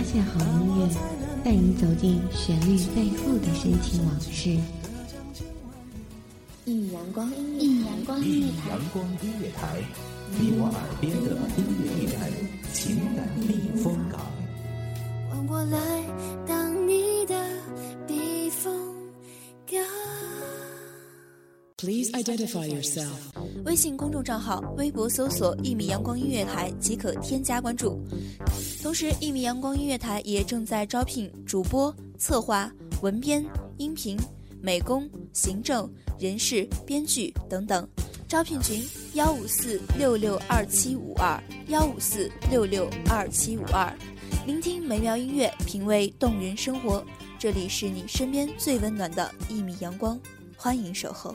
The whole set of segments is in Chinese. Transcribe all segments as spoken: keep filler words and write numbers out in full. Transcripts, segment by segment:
下好音乐，带你走进旋律背后的深情往事。 一米阳光音乐，一米阳光音乐台， 阳光音乐台，你我耳边的音乐驿站，情感避风港。 换我来当你的避风港。 Please identify yourself. 微信公众账号、微博搜索“一米阳光音乐台”即可添加关注。同时，一米阳光音乐台也正在招聘主播、策划、文编、音频、美工、行政、人事、编剧等等。招聘群：幺五四六六二七五二幺五四六六二七五二。聆听美妙音乐，品味动人生活。这里是你身边最温暖的一米阳光，欢迎守候。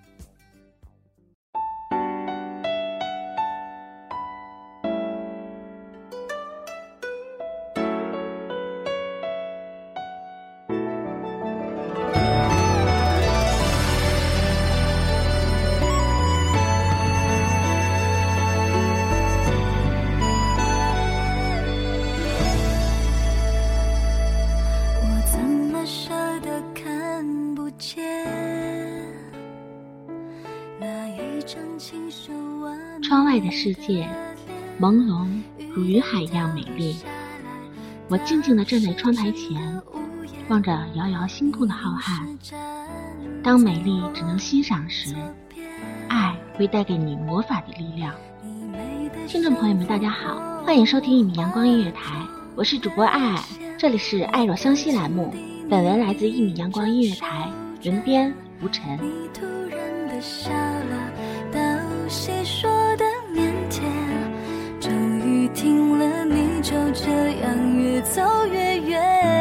窗外的世界朦胧如云海一样美丽，我静静地站在窗台前，望着遥遥星空的浩瀚。当美丽只能欣赏时，爱会带给你魔法的力量。听众朋友们大家好，欢迎收听一米阳光音乐台，我是主播爱爱，这里是爱若相惜栏目，本文来自一米阳光音乐台，文编吴晨。 你突然的笑了，到谁说的腼腆，终于听了你就这样越走越远，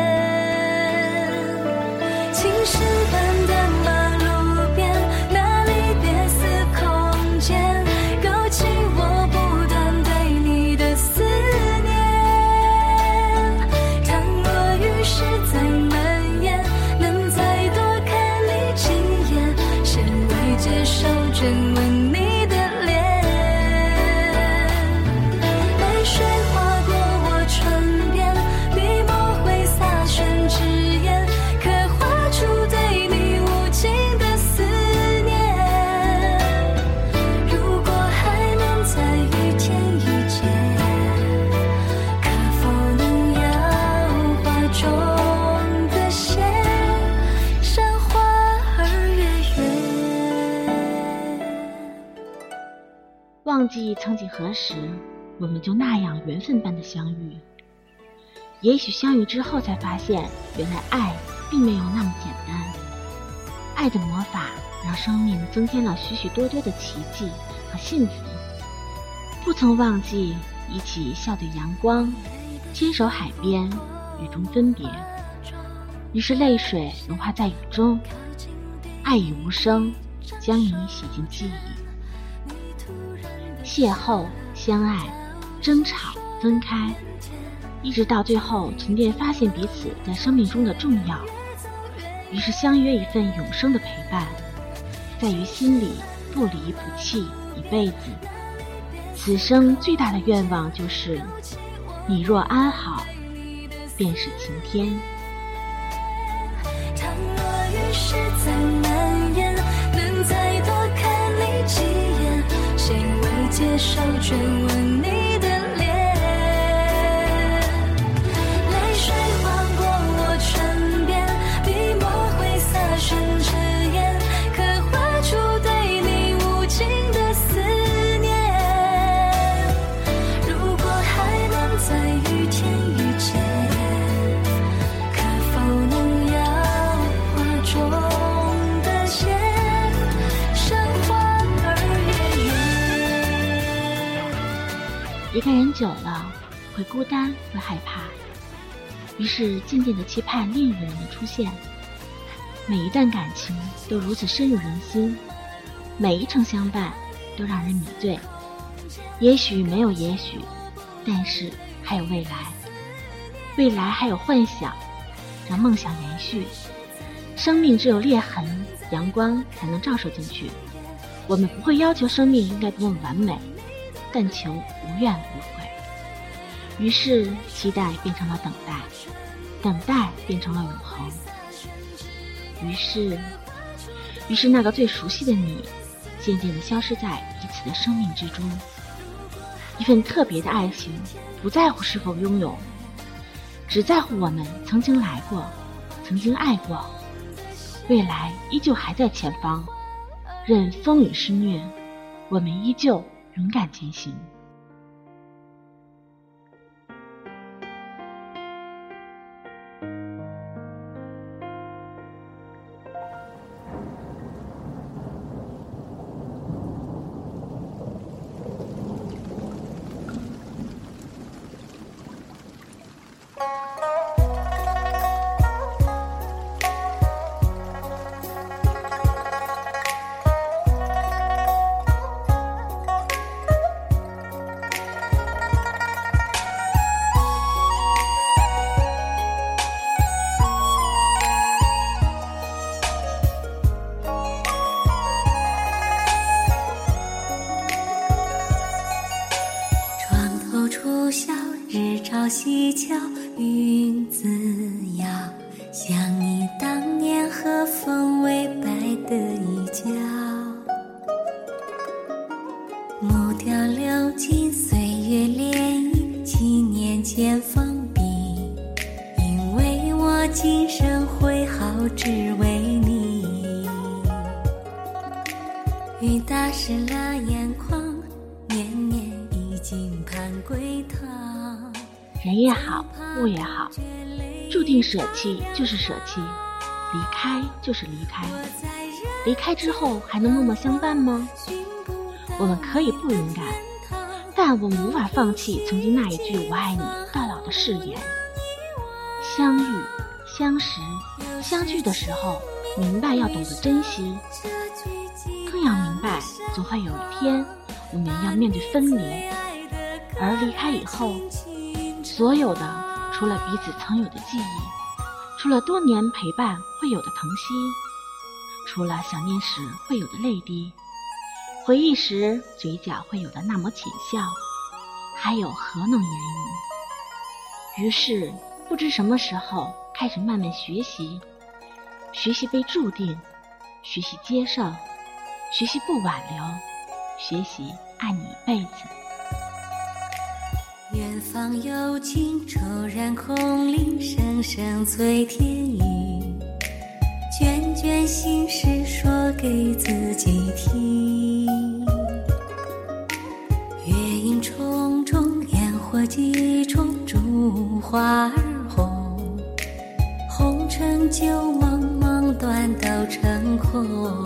青石板的马路边，那里别似空间，勾起我不断对你的思念。倘若雨势再蔓延，能再多看你几眼，先未接受真吻你的脸，泪水划过我唇边，笔墨会洒宣纸砚，刻画出对你无尽的思念。如果还能在雨天遇见，可否能摇画中的线，像花儿月圆。 忘记曾几何时，我们就那样缘分般的相遇。也许相遇之后才发现，原来爱并没有那么简单。爱的魔法让生命增添了许许多多的奇迹和幸福。不曾忘记一起笑对阳光，牵手海边，雨中分别。于是泪水融化在雨中，爱已无声，将你洗进记忆。邂逅、相爱、争吵、分开，一直到最后沉淀发现彼此在生命中的重要，于是相约一份永生的陪伴，在于心里不离不弃一辈子。此生最大的愿望就是你若安好，便是晴天。 倘若雨势再蔓延，能再多看你几眼，先未接受全吻你的脸，泪水划过我唇边，笔墨会洒宣纸砚，刻画出对你无尽的思念。如果还能在雨天遇见，可否能摇画中的线，像花儿月圆。 一个人久了会孤单，会害怕，于是渐渐地期盼另一个人的出现。每一段感情都如此深入人心，每一程相伴都让人迷醉。也许没有也许，但是还有未来，未来还有幻想，让梦想延续。生命只有裂痕，阳光才能照射进去。我们不会要求生命应该多么完美，但求无怨无悔。 于是期待变成了等待，等待变成了永恒。于是于是那个最熟悉的你渐渐地消失在彼此的生命之中。一份特别的爱情不在乎是否拥有，只在乎我们曾经来过，曾经爱过，未来依旧还在前方，任风雨肆虐，我们依旧勇敢前行。 西桥云自遥，想你当年和风微摆的一角，木雕流金岁月涟漪，七年前封笔，因为我今生会好只为你。雨打湿了眼眶，年年已经盼归堂。 人也好，物也好，注定舍弃就是舍弃，离开就是离开。离开之后还能默默相伴吗？我们可以不勇敢，但我们无法放弃曾经那一句我爱你到老的誓言。相遇相识相聚的时候，明白要懂得珍惜，更要明白总会有一天我们要面对分离，而离开以后，所有的除了彼此曾有的记忆，除了多年陪伴会有的疼惜，除了想念时会有的泪滴，回忆时嘴角会有的那抹浅笑，还有何能言语？于是不知什么时候开始慢慢学习，学习被注定，学习接受，学习不挽留，学习爱你一辈子。 远方有情骤然空灵，声声催天语，卷卷心事说给自己听。月影重重，烟火几重，烛花儿红，红尘旧梦梦断都成空。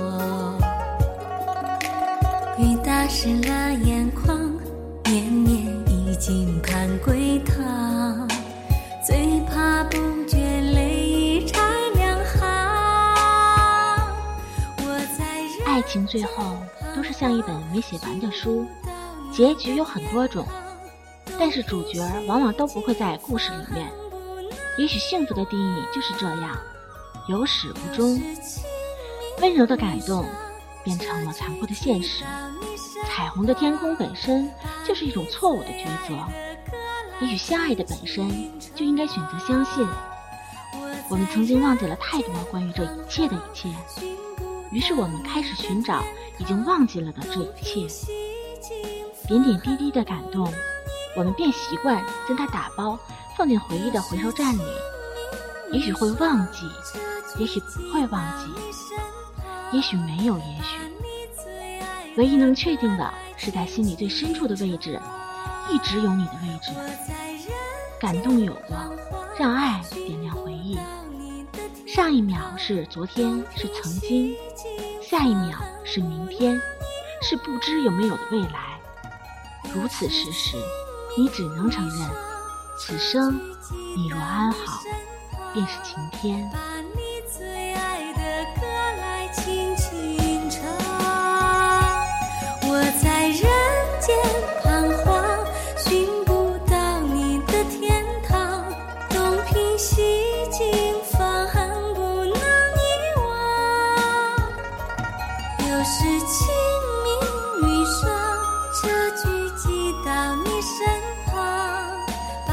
雨打湿了眼眶，年年已经盼归堂，最怕不觉泪已拆两行。 爱情最后都是像一本没写完的书，结局有很多种，但是主角往往都不会在故事里面。也许幸福的定义就是这样，有始无终。温柔的感动变成了残酷的现实，彩虹的天空本身就是一种错误的抉择。也许相爱的本身就应该选择相信。我们曾经忘记了太多关于这一切的一切，于是我们开始寻找已经忘记了的这一切。点点滴滴的感动，我们便习惯将它打包放进回忆的回收站里。也许会忘记，也许不会忘记，也许没有也许。唯一能确定的是，在心里最深处的位置一直有你的位置。感动有过，让爱点亮回忆。上一秒是昨天，是曾经，下一秒是明天，是不知有没有的未来。如此事实，你只能承认，此生你若安好，便是晴天。 我在人间彷徨，寻不到你的天堂，东拼西凑方不能遗忘。又是清明雨上，这句寄到你身旁，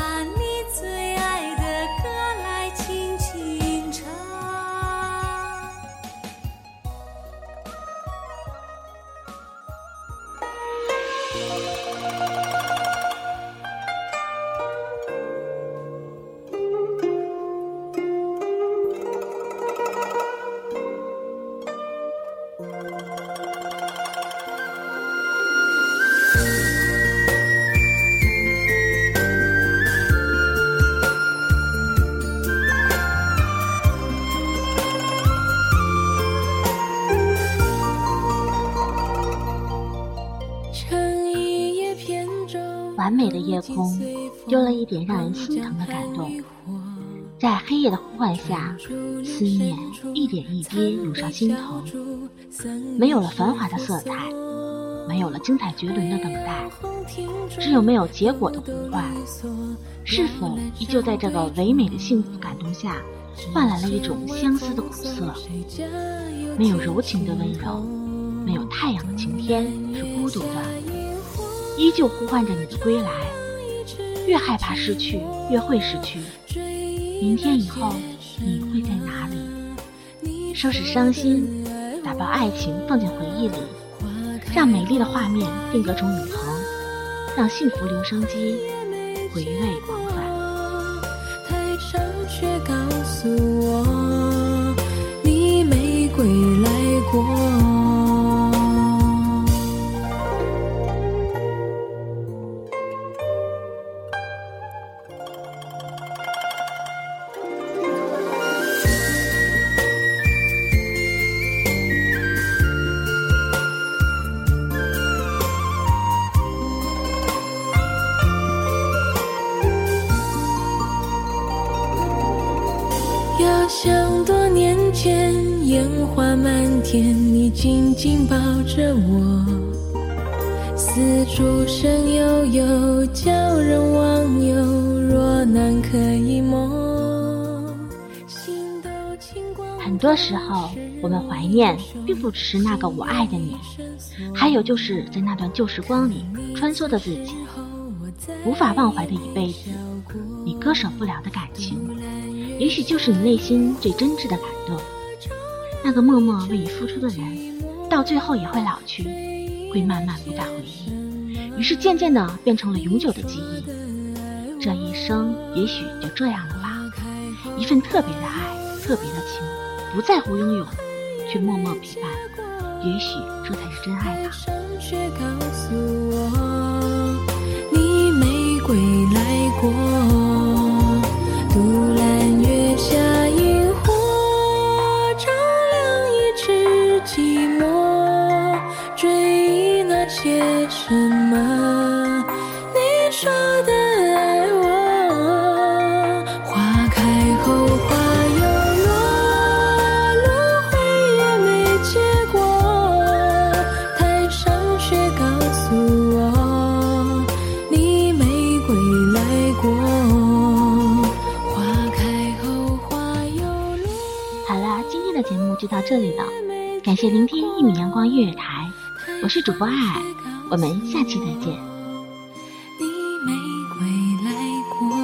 美的夜空丢了一点让人心疼的感动。在黑夜的呼唤下，思念一点一滴涌上心头。没有了繁华的色彩，没有了精彩绝伦的等待，只有没有结果的呼唤。是否依旧在这个唯美的幸福感动下，换来了一种相思的苦涩？没有柔情的温柔，没有太阳的晴天，是孤独的，依旧呼唤着你的归来。越害怕失去，越会失去。明天以后，你会在哪里？收拾伤心，打包爱情放进回忆里，让美丽的画面定格成永恒，让幸福留声机回味往返。 台上却告诉我，你没归来过。遥想多年前，烟花满天，你紧紧抱着我，丝竹声悠悠，叫人忘忧，若难可以摸。 很多时候，我们怀念并不只是那个我爱的你，还有就是在那段旧时光里穿梭的自己，无法忘怀的一辈子，你割舍不了的感情，也许就是你内心最真挚的感动。那个默默为你付出的人，到最后也会老去，会慢慢不再回忆，于是渐渐的变成了永久的记忆。这一生也许就这样了吧，一份特别的爱，特别的情，不在乎拥有，却默默陪伴，也许这才是真爱吧。 却告诉我，你没归来过。独揽月下萤火，照亮一池寂寞，追忆那些什么你说的爱我。花开后花又落，轮回也没结果，台上却告诉我，你没归来过。 的节目就到这里了，感谢聆听一米阳光音乐台，我是主播爱爱，我们下期再见。 你没归来过。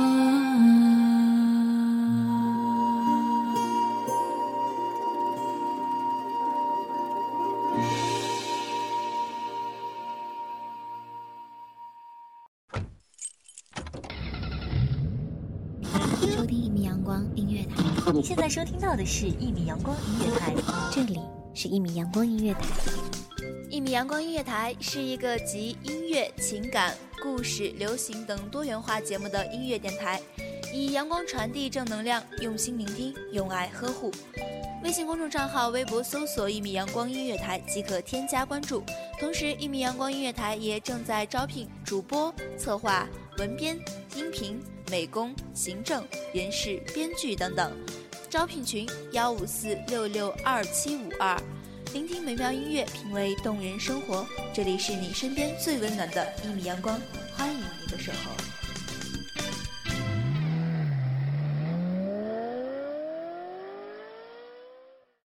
收听一米阳光音乐台。 你现在收听到的是一米阳光音乐台， 这里是一米阳光音乐台。 一米阳光音乐台是一个集音乐、情感、故事、流行等多元化节目的音乐电台，以阳光传递正能量，用心聆听，用爱呵护。微信公众账号、微博搜索一米阳光音乐台即可添加关注。同时，一米阳光音乐台也正在招聘主播、策划、文编、音频、美工、行政、人事、编剧等等。招聘群幺五四六六二七五二。聆听美妙音乐，品味动人生活，这里是你身边最温暖的一米阳光，欢迎你的守候。